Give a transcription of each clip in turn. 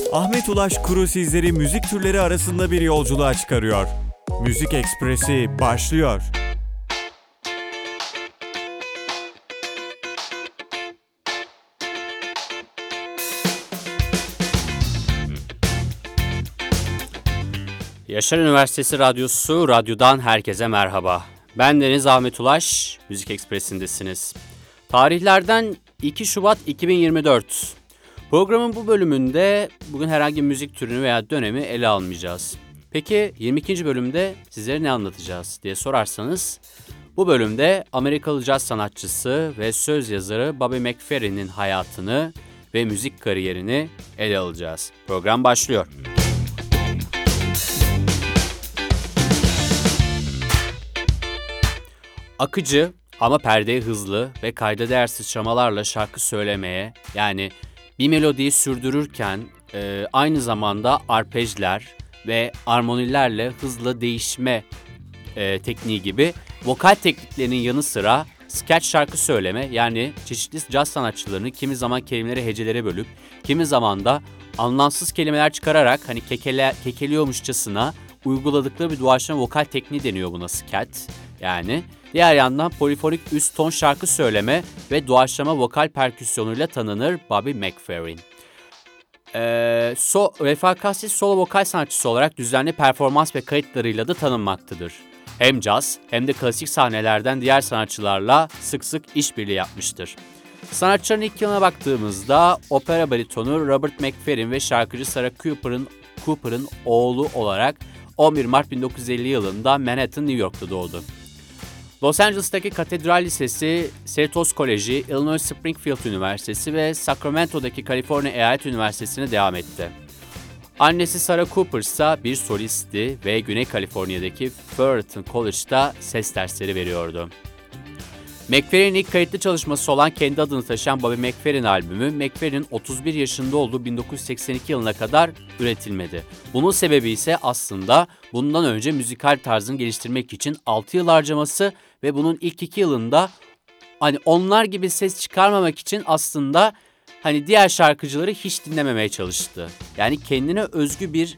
Ahmet Ulaş Kuru sizleri müzik türleri arasında bir yolculuğa çıkarıyor. Müzik Ekspresi başlıyor. Yaşar Üniversitesi Radyosu, radyodan herkese merhaba. Ben Deniz Ahmet Ulaş, Müzik Ekspresi'ndesiniz. Tarihlerden 2 Şubat 2024. Programın bu bölümünde bugün herhangi bir müzik türünü veya dönemi ele almayacağız. Peki 22. bölümde sizlere ne anlatacağız diye sorarsanız, bu bölümde Amerikalı caz sanatçısı ve söz yazarı Bobby McFerrin'in hayatını ve müzik kariyerini ele alacağız. Program başlıyor. Akıcı ama perdeye hızlı ve kayda değer sıçramalarla şarkı söylemeye, yani bir melodiyi sürdürürken aynı zamanda arpejler ve armonilerle hızlı değişme tekniği gibi vokal tekniklerinin yanı sıra sketch şarkı söyleme, yani çeşitli caz sanatçılarını kimi zaman kelimeleri hecelere bölüp kimi zaman da anlamsız kelimeler çıkararak hani kekeliyormuşçasına uyguladıkları bir doğaçlama vokal tekniği deniyor buna, sketch yani. Diğer yandan polifonik üst ton şarkı söyleme ve doğaçlama vokal perküsyonuyla tanınır Bobby McFerrin. Refakatsiz solo vokal sanatçısı olarak düzenli performans ve kayıtlarıyla da tanınmaktadır. Hem caz hem de klasik sahnelerden diğer sanatçılarla sık sık işbirliği yapmıştır. Sanatçının ilk yılına baktığımızda opera baritonu Robert McFerrin ve şarkıcı Sarah Cooper'ın oğlu olarak 11 Mart 1950 yılında Manhattan, New York'ta doğdu. Los Angeles'taki Katedral Lisesi, Cerritos Koleji, Illinois Springfield Üniversitesi ve Sacramento'daki Kaliforniya Eyalet Üniversitesi'ne devam etti. Annesi Sarah Cooper ise bir solisti ve Güney Kaliforniya'daki Fullerton College'da ses dersleri veriyordu. McFerrin'in ilk kayıtlı çalışması olan kendi adını taşıyan Bobby McFerrin albümü, McFerrin'in 31 yaşında olduğu 1982 yılına kadar üretilmedi. Bunun sebebi ise aslında bundan önce müzikal tarzını geliştirmek için 6 yıl harcaması ve bunun ilk 2 yılında hani onlar gibi ses çıkarmamak için aslında hani diğer şarkıcıları hiç dinlememeye çalıştı. Yani kendine özgü bir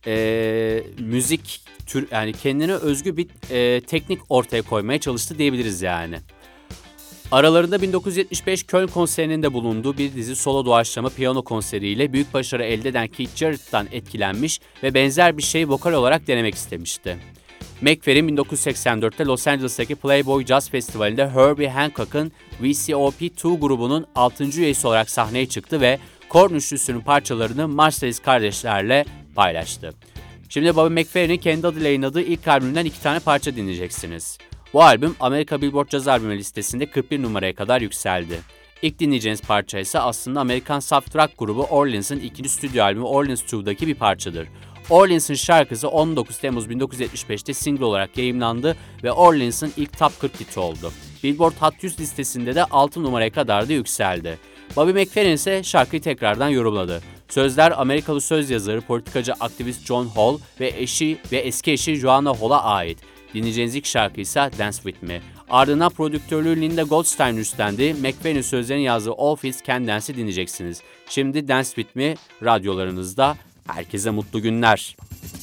müzik tür, yani kendine özgü bir teknik ortaya koymaya çalıştı diyebiliriz yani. Aralarında 1975 Köln konserinin de bulunduğu bir dizi solo doğaçlama piyano konseriyle büyük başarı elde eden Keith Jarrett'tan etkilenmiş ve benzer bir şeyi vokal olarak denemek istemişti. McFerrin 1984'te Los Angeles'taki Playboy Jazz Festivali'nde Herbie Hancock'ın VCOP2 grubunun 6. üyesi olarak sahneye çıktı ve Korn üçlüsünün parçalarını Marsalis kardeşlerle paylaştı. Şimdi Bobby McFerrin'in kendi adıyla yayınladığı ilk albümünden 2 tane parça dinleyeceksiniz. Bu albüm Amerika Billboard Caz Albümü listesinde 41 numaraya kadar yükseldi. İlk dinleyeceğiniz parça ise aslında Amerikan soft rock grubu Orleans'ın ikinci stüdyo albümü Orleans 2'daki bir parçadır. Orleans'ın şarkısı 19 Temmuz 1975'te single olarak yayımlandı ve Orleans'ın ilk top 40 hiti oldu. Billboard Hot 100 listesinde de 6 numaraya kadar da yükseldi. Bobby McFerrin ise şarkıyı tekrardan yorumladı. Sözler Amerikalı söz yazarı, politikacı aktivist John Hall ve eski eşi Joanna Hall'a ait. Dinleyeceğiniz ilk şarkı ise Dance With Me. Ardından prodüktörlüğü Linda Goldstein üstlendi. McFerrin sözlerini yazdığı All Fits Can Dance'i dinleyeceksiniz. Şimdi Dance With Me radyolarınızda. Herkese mutlu günler.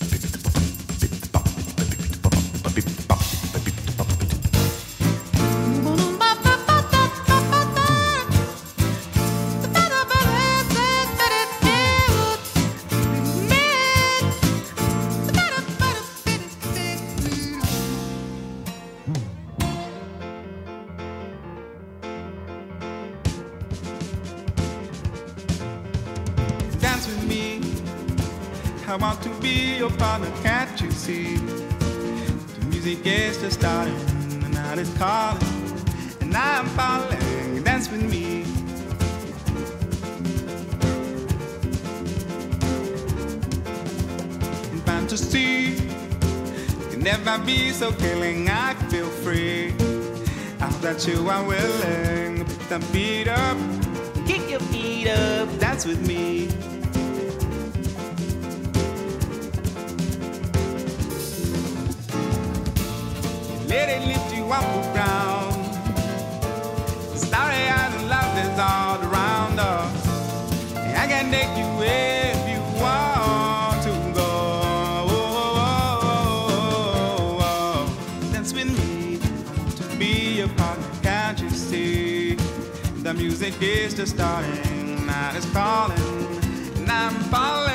I want to be your partner, can't you see? The music is just starting, the night is calling, and I'm falling, dance with me. In fantasy, can never be so killing, I feel free. Now that you are willing, put the beat up, kick your feet up, dance with me. Let it lift you off the ground. Starry eyes and love is all around us. I can take you if you music is just starting, night is calling, and I'm falling.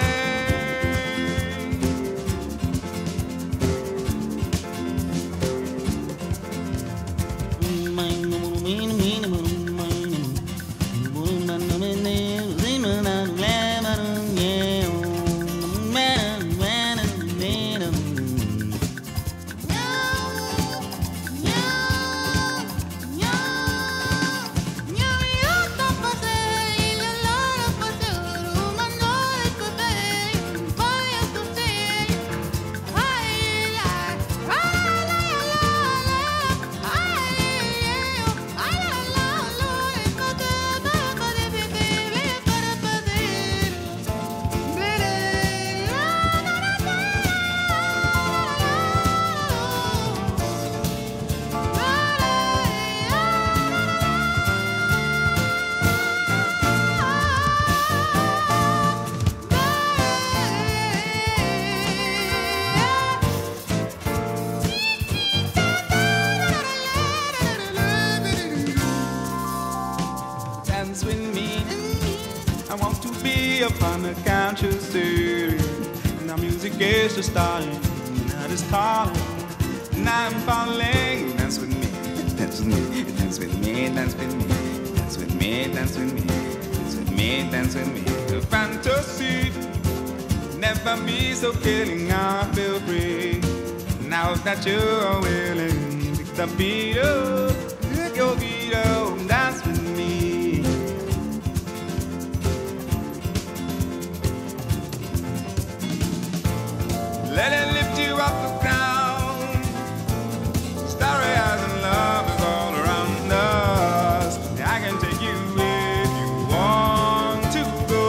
Dance with me, I want to be upon the couch of city. Now music is just starting, night is calling, and I'm falling. Dance with me, dance with me, dance with me, dance with me, dance with me, dance with me, dance with me, dance with me. The fantasy never be so killing. I feel free now that you are willing. Pick the beat up, pick your beat up, dance with me. Let it lift you off the ground. Starry eyes and love is all around us. I can take you if you want to go.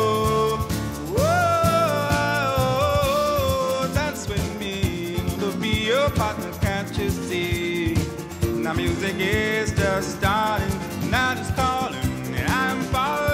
Whoa, dance with me. To be your partner, can't you see? Now music is just starting, night is calling, and I'm falling.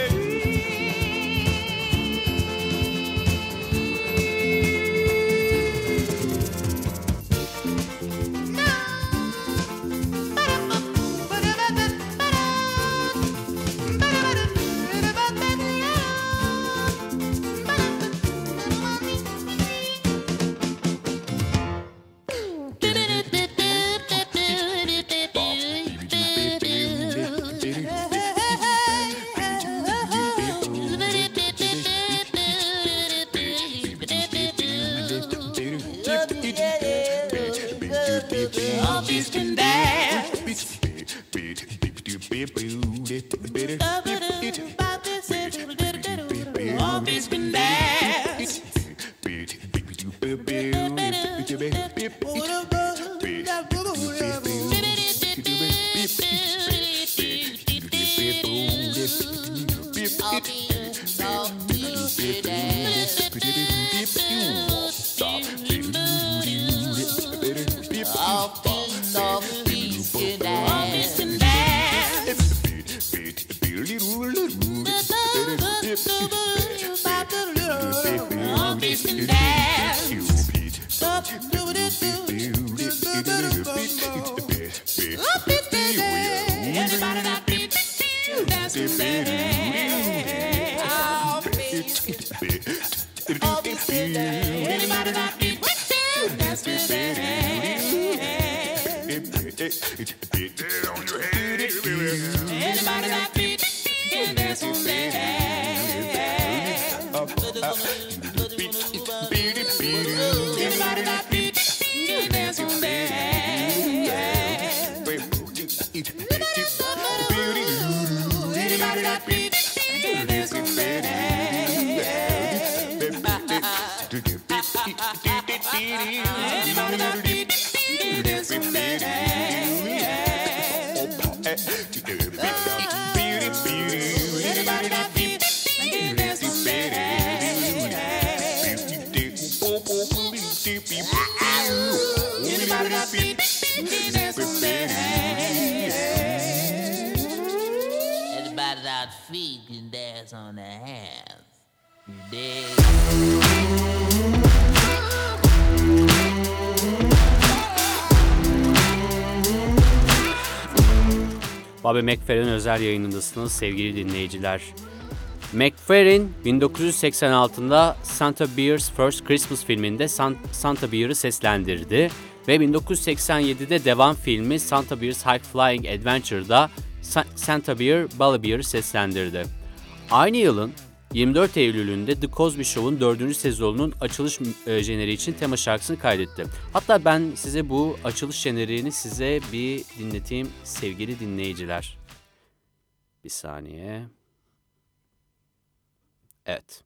All these can dance. All these can dance. Everybody out feet can dance on their hands. You dig? Bobby McFerrin özel yayınındasınız sevgili dinleyiciler. McFerrin 1986'da Santa Bear's First Christmas filminde Santa Bear'ı seslendirdi ve 1987'de devam filmi Santa Bear's High Flying Adventure'da Santa Bear, Bally Bear'ı seslendirdi. Aynı yılın 24 Eylül'ünde The Cosby Show'un 4. sezonunun açılış jeneriği için tema şarkısını kaydetti. Hatta ben size bu açılış jeneriğini size bir dinleteyim sevgili dinleyiciler. Bir saniye. Evet.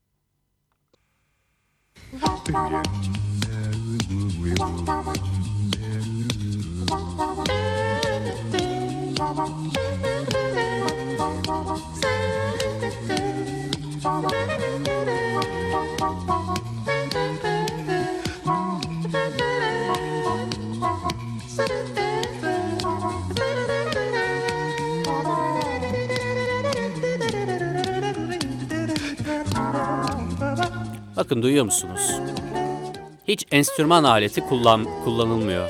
Bakın duyuyor musunuz? Hiç enstrüman aleti kullanılmıyor.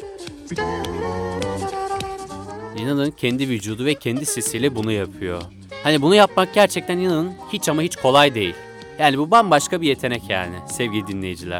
İnanın kendi vücudu ve kendi sesiyle bunu yapıyor. Hani bunu yapmak gerçekten inanın hiç ama hiç kolay değil. Yani bu bambaşka bir yetenek yani sevgili dinleyiciler.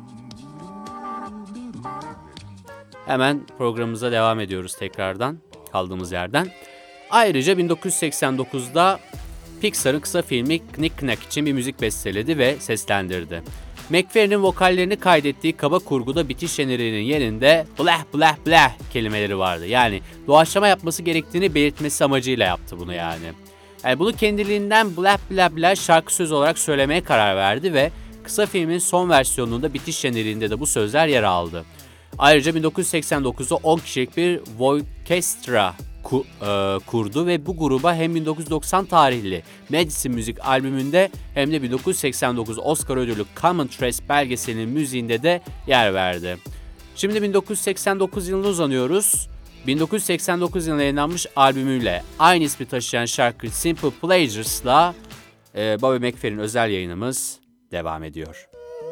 Hemen programımıza devam ediyoruz tekrardan kaldığımız yerden. Ayrıca 1989'da Pixar'ın kısa filmi Knick Knack için bir müzik besteledi ve seslendirdi. McFerrin'in vokallerini kaydettiği kaba kurguda bitiş jeneriğinin yerinde blah blah blah kelimeleri vardı. Yani doğaçlama yapması gerektiğini belirtmesi amacıyla yaptı bunu yani. Bunu kendiliğinden blah blah blah şarkı sözü olarak söylemeye karar verdi ve kısa filmin son versiyonunda bitiş jeneriğinde de bu sözler yer aldı. Ayrıca 1989'da 10 kişilik bir Voikestra kurdu ve bu gruba hem 1990 tarihli Madison Müzik albümünde hem de 1989 Oscar ödüllü Common Trace belgeselinin müziğinde de yer verdi. Şimdi 1989 yılına uzanıyoruz. 1989 yılında yayınlanmış albümüyle aynı ismi taşıyan şarkı Simple Pleasures'la Bobby McFerrin özel yayınımız devam ediyor.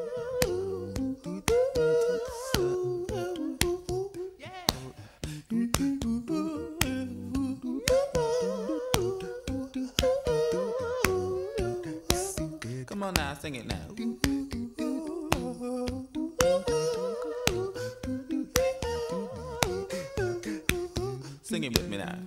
Come on now, sing it now. Sing it with me now.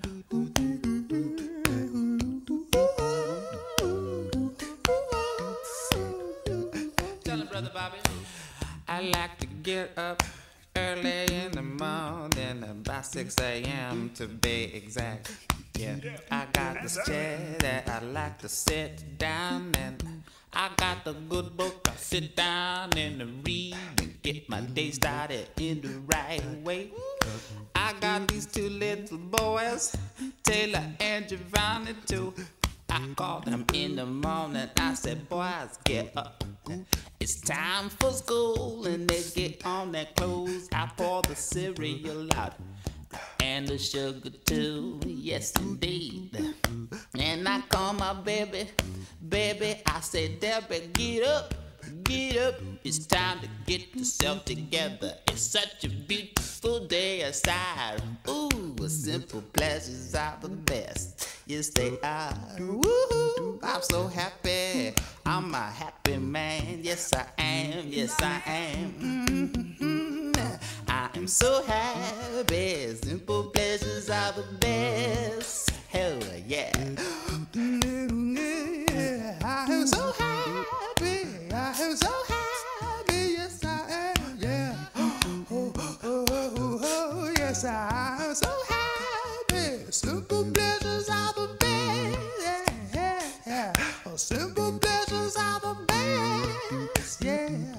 Tell him, Brother Bobby. I like to get up early in the morning, about 6 a.m. to be exact. Yeah, I got this chair that I like to sit down and I got the good book. I sit down and read and get my day started in the right way. I got these two little boys, Taylor and Giovanni too. I called them in the morning. I said, boys, get up. It's time for school. And they get on their clothes. I pour the cereal out and the sugar too. Yes, indeed. And I call my baby. I say, Deborah, get up. Get up, it's time to get yourself together. It's such a beautiful day outside. Ooh, simple pleasures are the best. Yes, they are. Woo-hoo, I'm so happy. I'm a happy man. Yes, I am. Yes, I am. Mm-hmm. I am so happy. Simple pleasures are the best. Hell yeah. I am so happy. I am so happy, yes I am, yeah. Oh, yes I am so happy. Simple pleasures are the best, yeah. Oh, simple pleasures are the best, yeah.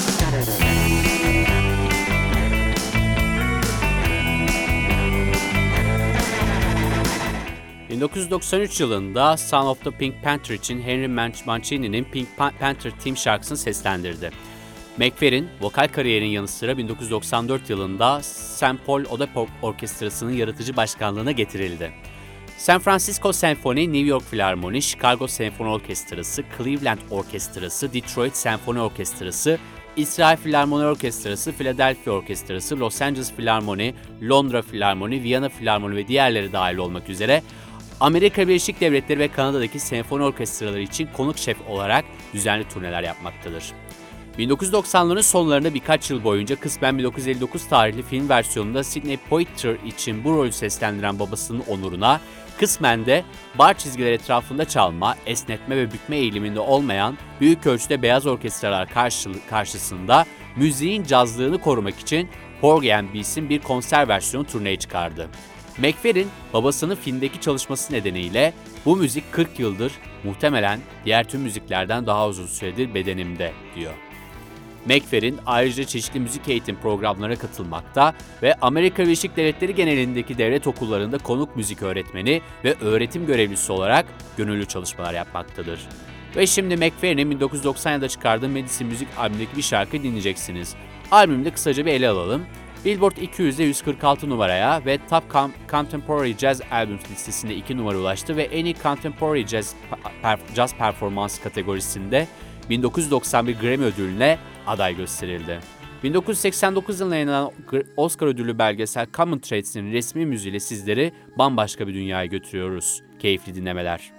1993 yılında Son of the Pink Panther için Henry Mancini'nin Pink Panther Theme şarkısını seslendirdi. McFerrin, vokal kariyerinin yanı sıra 1994 yılında St. Paul Oda Orkestrası'nın yaratıcı başkanlığına getirildi. San Francisco Senfoni, New York Filarmoni, Chicago Senfoni Orkestrası, Cleveland Orkestrası, Detroit Senfoni Orkestrası, İsrail Filarmoni Orkestrası, Philadelphia Orkestrası, Los Angeles Filarmoni, Londra Filarmoni, Viyana Filarmoni ve diğerleri dahil olmak üzere Amerika Birleşik Devletleri ve Kanada'daki senfoni orkestraları için konuk şef olarak düzenli turneler yapmaktadır. 1990'ların sonlarında birkaç yıl boyunca kısmen 1959 tarihli film versiyonunda Sidney Poitier için bu rolü seslendiren babasının onuruna, kısmen de bar çizgileri etrafında çalma, esnetme ve bükme eğiliminde olmayan büyük ölçüde beyaz orkestralar karşısında müziğin cazlığını korumak için Porgy and Bess'in bir konser versiyonu turneye çıkardı. McFerrin, babasının filmdeki çalışması nedeniyle bu müzik 40 yıldır muhtemelen diğer tüm müziklerden daha uzun süredir bedenimde diyor. McFerrin ayrıca çeşitli müzik eğitim programlarına katılmakta ve Amerika Birleşik Devletleri genelindeki devlet okullarında konuk müzik öğretmeni ve öğretim görevlisi olarak gönüllü çalışmalar yapmaktadır. Ve şimdi McFerrin'in 1990'da çıkardığı Medicine Music albümündeki bir şarkı dinleyeceksiniz. Albümü de kısaca bir ele alalım. Billboard 200'de 146 numaraya ve Top Contemporary Jazz Albums listesinde 2 numara ulaştı ve en iyi Contemporary Jazz Performance kategorisinde 1991 Grammy ödülüne aday gösterildi. 1989 yılında yayınlanan Oscar ödüllü belgesel Common Threads'in resmi müziğiyle sizleri bambaşka bir dünyaya götürüyoruz. Keyifli dinlemeler.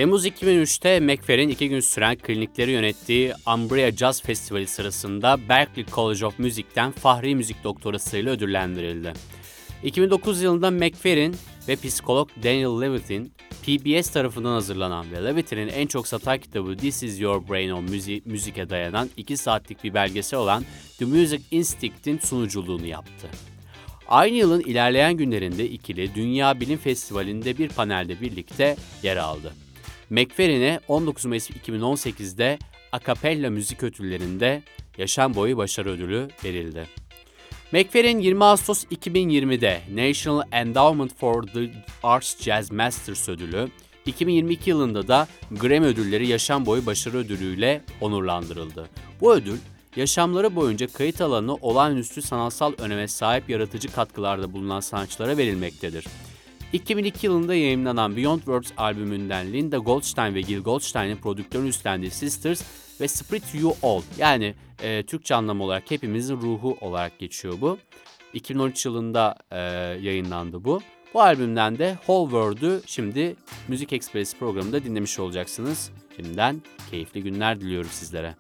Temmuz 2003'te McFerrin 2 gün süren klinikleri yönettiği Umbria Jazz Festivali sırasında Berklee College of Music'ten Fahri Müzik Doktorası'yla ödüllendirildi. 2009 yılında McFerrin ve psikolog Daniel Levitin, PBS tarafından hazırlanan ve Levitin'in en çok satan kitabı This Is Your Brain on Music'e dayanan 2 saatlik bir belgesel olan The Music Instinct'in sunuculuğunu yaptı. Aynı yılın ilerleyen günlerinde ikili Dünya Bilim Festivali'nde bir panelde birlikte yer aldı. McFerrin'e 19 Mayıs 2018'de Acapella Müzik Ödülleri'nde Yaşam Boyu Başarı Ödülü verildi. McFerrin 20 Ağustos 2020'de National Endowment for the Arts Jazz Masters ödülü, 2022 yılında da Grammy Ödülleri Yaşam Boyu Başarı Ödülü ile onurlandırıldı. Bu ödül, yaşamları boyunca kayıt alanı olağanüstü sanatsal öneme sahip yaratıcı katkılarda bulunan sanatçılara verilmektedir. 2002 yılında yayımlanan Beyond Words albümünden Linda Goldstein ve Gil Goldstein'in prodüktörünü üstlendiği Sisters ve Spirit You All, yani Türkçe anlamı olarak hepimizin ruhu olarak geçiyor bu. 2013 yılında yayınlandı bu. Bu albümden de Whole World'ü şimdi Müzik Express programında dinlemiş olacaksınız. Şimdiden keyifli günler diliyorum sizlere.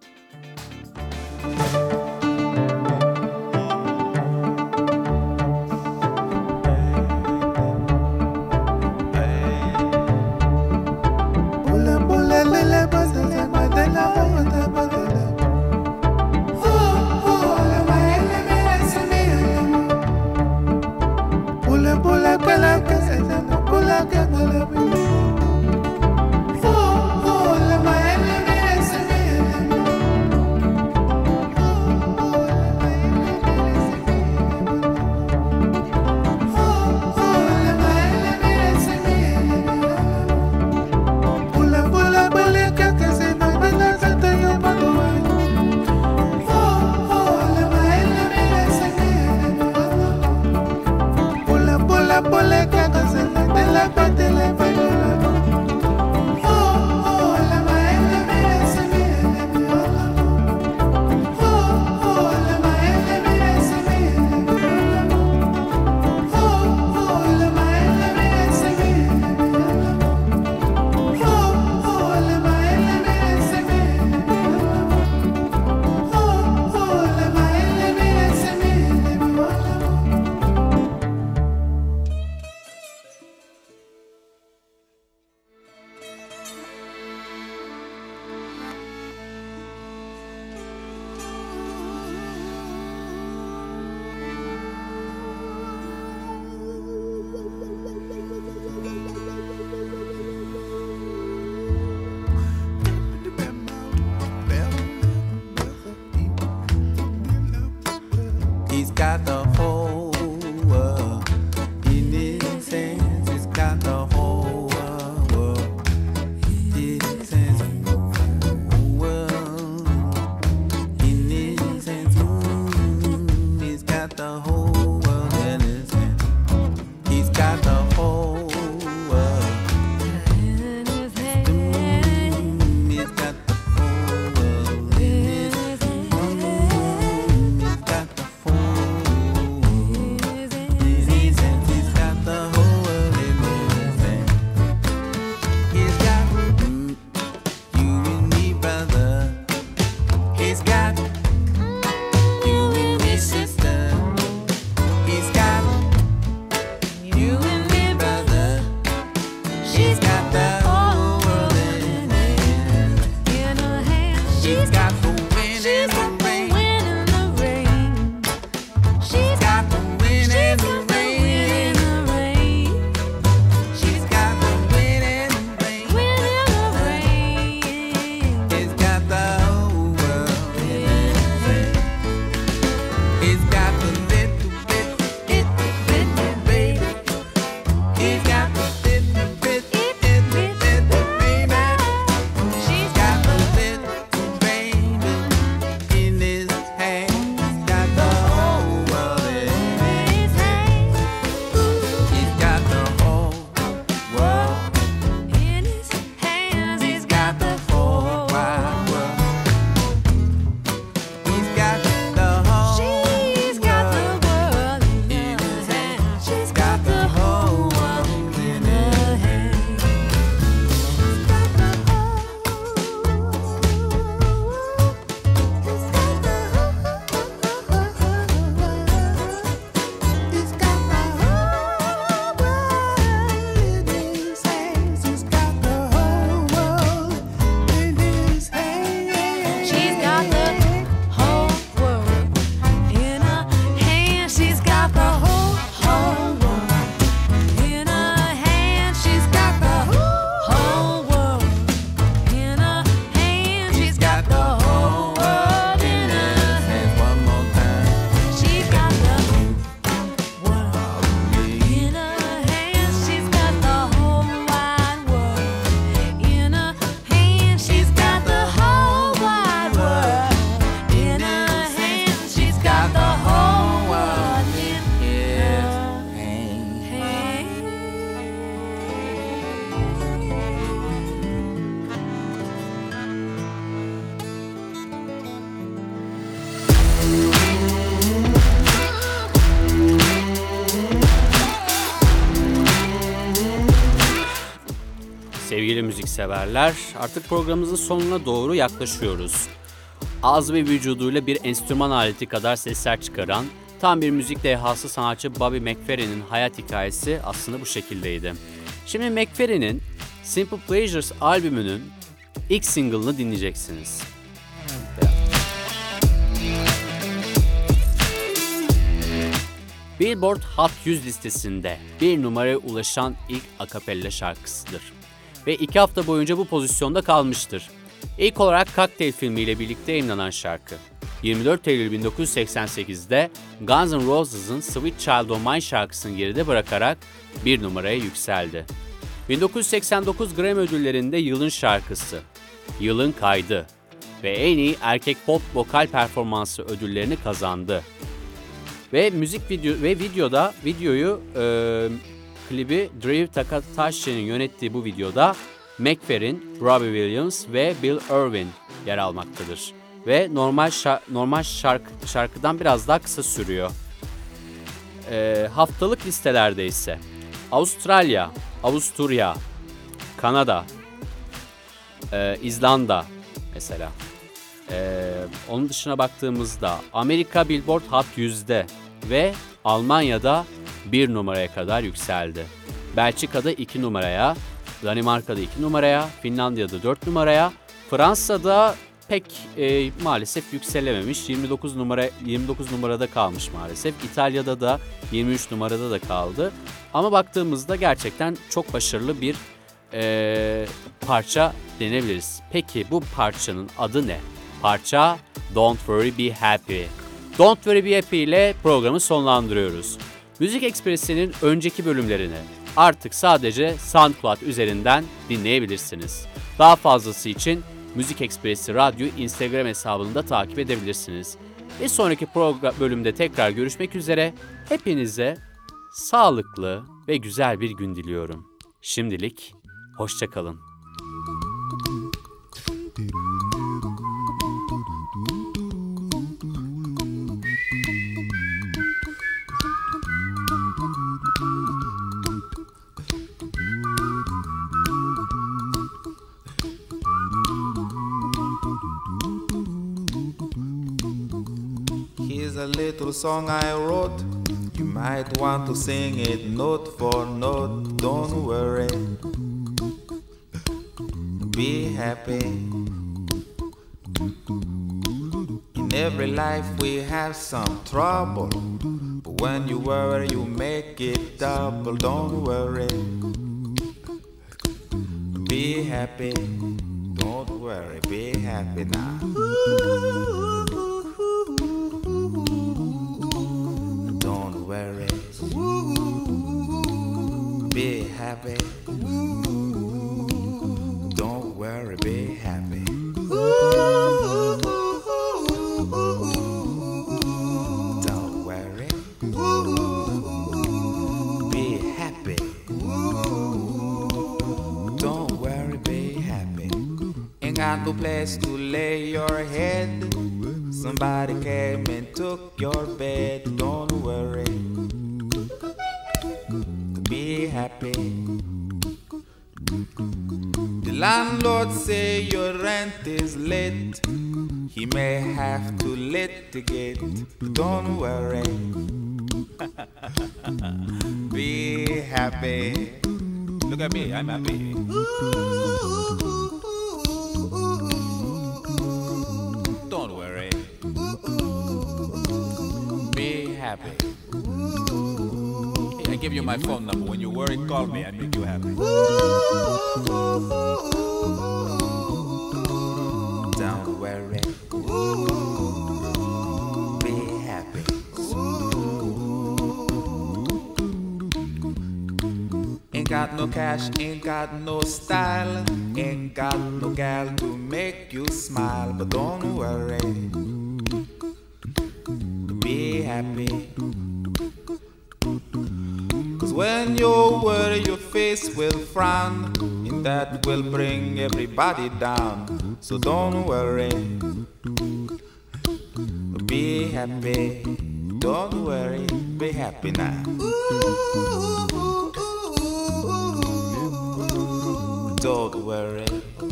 He's got the whole world in his hands. He's got the whole world in his hands. World in his hands. He's got the whole world in his hands. He's got the whole world in his hands. He's got the whole world in his hands. He's got the in Sevgili müzikseverler, artık programımızın sonuna doğru yaklaşıyoruz. Ağız ve vücuduyla bir enstrüman aleti kadar sesler çıkaran, tam bir müzik dehası sanatçı Bobby McFerrin'in hayat hikayesi aslında bu şekildeydi. Şimdi McFerrin'in Simple Pleasures albümünün ilk single'ını dinleyeceksiniz. Billboard Hot 100 listesinde bir numaraya ulaşan ilk akapella şarkısıdır. Ve 2 hafta boyunca bu pozisyonda kalmıştır. İlk olarak Cocktail filmiyle birlikte yayınlanan şarkı. 24 Eylül 1988'de Guns N' Roses'ın Sweet Child O' Mine şarkısını geride bırakarak bir numaraya yükseldi. 1989 Grammy ödüllerinde yılın şarkısı, yılın kaydı ve en iyi erkek pop vokal performansı ödüllerini kazandı. Ve klibi Drew Takatashi'nin yönettiği bu videoda McFerrin, Robbie Williams ve Bill Irwin yer almaktadır. Ve normal şarkıdan biraz daha kısa sürüyor. Haftalık listelerde ise Avustralya, Avusturya, Kanada, İzlanda mesela. Onun dışına baktığımızda Amerika Billboard Hot 100'de ve Almanya'da 1 numaraya kadar yükseldi. Belçika'da 2 numaraya, Danimarka'da 2 numaraya, Finlandiya'da 4 numaraya, Fransa'da pek maalesef yükselememiş. 29 numarada kalmış maalesef. İtalya'da da 23 numarada da kaldı. Ama baktığımızda gerçekten çok başarılı bir parça denebiliriz. Peki bu parçanın adı ne? Parça Don't Worry Be Happy. Don't Worry Be Happy ile programı sonlandırıyoruz. Müzik Ekspresi'nin önceki bölümlerini artık sadece SoundCloud üzerinden dinleyebilirsiniz. Daha fazlası için Müzik Ekspresi Radyo Instagram hesabını da takip edebilirsiniz. Bir sonraki bölümde tekrar görüşmek üzere. Hepinize sağlıklı ve güzel bir gün diliyorum. Şimdilik hoşça kalın. Here's a little song I wrote. You might want to sing it note for note. Don't worry, be happy. In every life we have some trouble, but when you worry you make it double. Don't worry, be happy. Don't worry, be happy now. Don't worry, be happy. Don't worry, be happy. Don't worry, be happy. Don't worry, be happy. Ain't got no place to lay your head. Somebody came and took your bed. Don't worry, be happy. The landlord say your rent is late. He may have to litigate. Don't worry, be happy. Look at me, I'm happy. Don't worry, be happy. I give you my phone number. When you worry, call me. I make you happy. Don't worry, be happy. Ain't got no cash, ain't got no style, ain't got no gal to make you smile. But don't worry, be happy. When you worry, your face will frown, and that will bring everybody down. So don't worry, be happy. Don't worry, be happy now. Don't worry.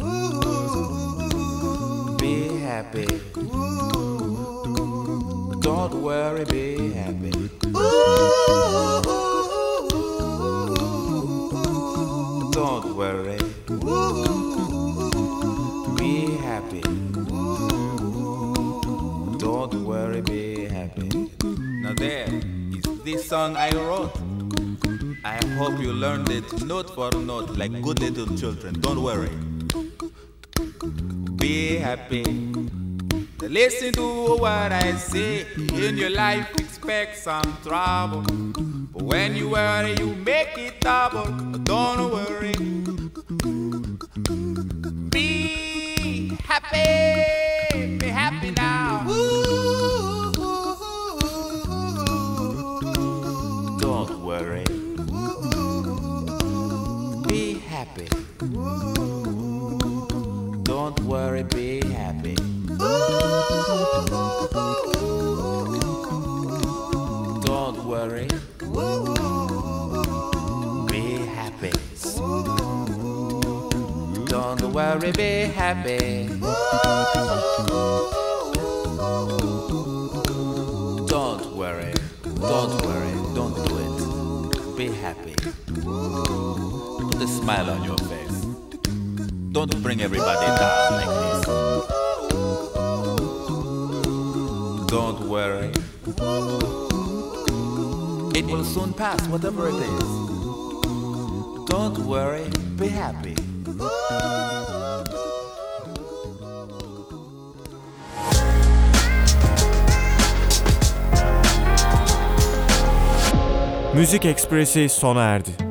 Be happy. Don't worry, be happy. Don't worry. Be happy. Don't worry, be happy. Now there is this song I wrote. I hope you learned it note for note like good little children. Don't worry. Be happy. Listen to what I say. In your life expect some trouble, but when you worry you make it double. Don't worry. Be happy. Be happy now. Don't worry. Be happy. Don't worry, be happy. Don't worry. Be happy. Don't worry, be happy. Don't worry. Don't worry. Don't do it. Be happy. Put a smile on your face. Don't bring everybody down like this. Don't worry. It will soon pass, whatever it is. Don't worry, be happy. Müzik Ekspresi sona erdi.